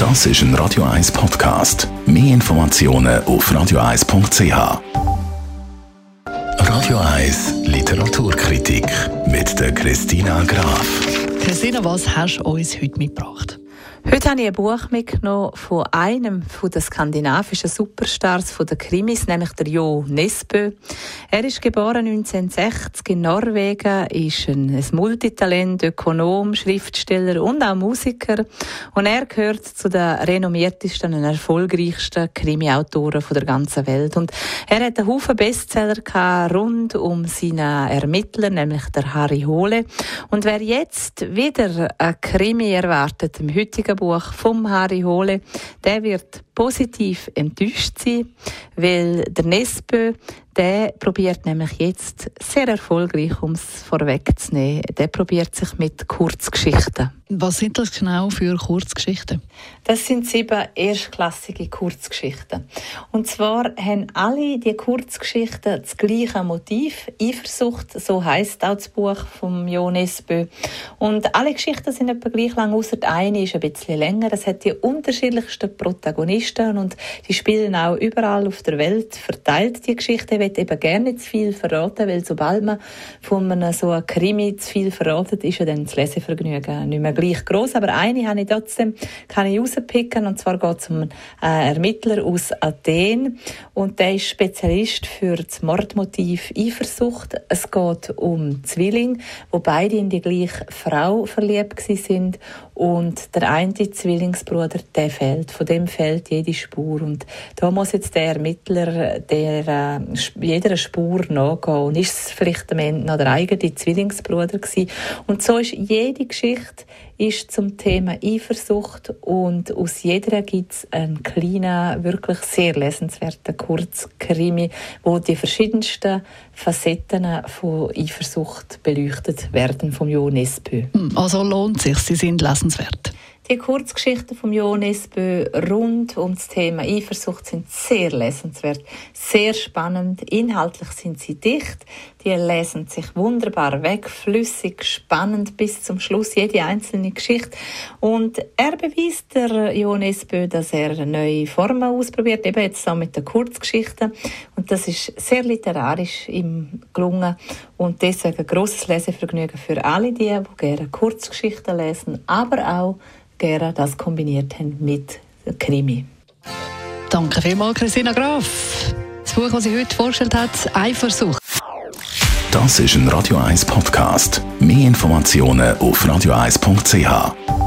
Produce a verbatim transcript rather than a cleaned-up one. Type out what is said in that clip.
Das ist ein Radio eins Podcast. Mehr Informationen auf radio eins punkt c h. Radio eins Literaturkritik mit der Christina Graf. Christina, was hast du uns heute mitgebracht? Heute habe ich ein Buch mitgenommen von einem der skandinavischen Superstars von der Krimis, nämlich der Jo Nesbø. Er ist geboren neunzehnhundertsechzig in Norwegen, ist ein, ein Multitalent, Ökonom, Schriftsteller und auch Musiker. Und er gehört zu den renommiertesten und erfolgreichsten Krimi-Autoren der ganzen Welt. Und er hat einen Haufen Bestseller gehabt, rund um seinen Ermittler, nämlich der Harry Hole. Und wer jetzt wieder ein Krimi erwartet, im heutigen Buch vom Harry Hole, der wird positiv enttäuscht sein, weil der Nesbø, der probiert nämlich jetzt sehr erfolgreich, um es vorwegzunehmen, der probiert sich mit Kurzgeschichten. Was sind das genau für Kurzgeschichten? Das sind sieben erstklassige Kurzgeschichten. Und zwar haben alle die Kurzgeschichten das gleiche Motiv, Eifersucht, so heisst auch das Buch von Jo Nesbø. Und alle Geschichten sind etwa gleich lang, ausser eine ist ein bisschen länger. Es hat die unterschiedlichsten Protagonisten und die spielen auch überall auf der Welt verteilt, die Geschichte. Ich will eben gerne nicht zu viel verraten, weil sobald man von einem so einem Krimi zu viel verratet, ist ja dann das Lesevergnügen nicht mehr gleich gross. Aber eine habe ich trotzdem, kann ich rauspicken, und zwar geht es um einen Ermittler aus Athen und der ist Spezialist für das Mordmotiv Eifersucht. Es geht um Zwillinge, wo beide in die gleiche Frau verliebt sind und der eine Zwillingsbruder, der fehlt. Von dem fehlt jede Spur und da muss jetzt der Ermittler der, äh, jeder Spur nachgehen. Und ist es vielleicht am Ende noch der eigene Zwillingsbruder gewesen? Und so ist jede Geschichte ist zum Thema Eifersucht und aus jeder gibt es einen kleinen, wirklich sehr lesenswerten Kurzkrimi, wo die verschiedensten Facetten von Eifersucht beleuchtet werden vom Jo Nesbø. Also lohnt es sich, sie sind lesenswert. Die Kurzgeschichten von Jo Nesbø rund um das Thema Eifersucht sind sehr lesenswert, sehr spannend. Inhaltlich sind sie dicht, die lesen sich wunderbar weg, flüssig, spannend bis zum Schluss, jede einzelne Geschichte. Und er beweist, der Jo Nesbø, dass er neue Formen ausprobiert, eben jetzt so mit den Kurzgeschichten. Und das ist sehr literarisch ihm gelungen und deswegen ein grosses Lesevergnügen für alle die, die gerne Kurzgeschichten lesen, aber auch gerne das kombiniert haben mit Krimi. Danke vielmals, Christina Graf. Das Buch, das sie heute vorgestellt hat, Eifersucht. Das ist ein Radio eins Podcast. Mehr Informationen auf radio eins punkt c h.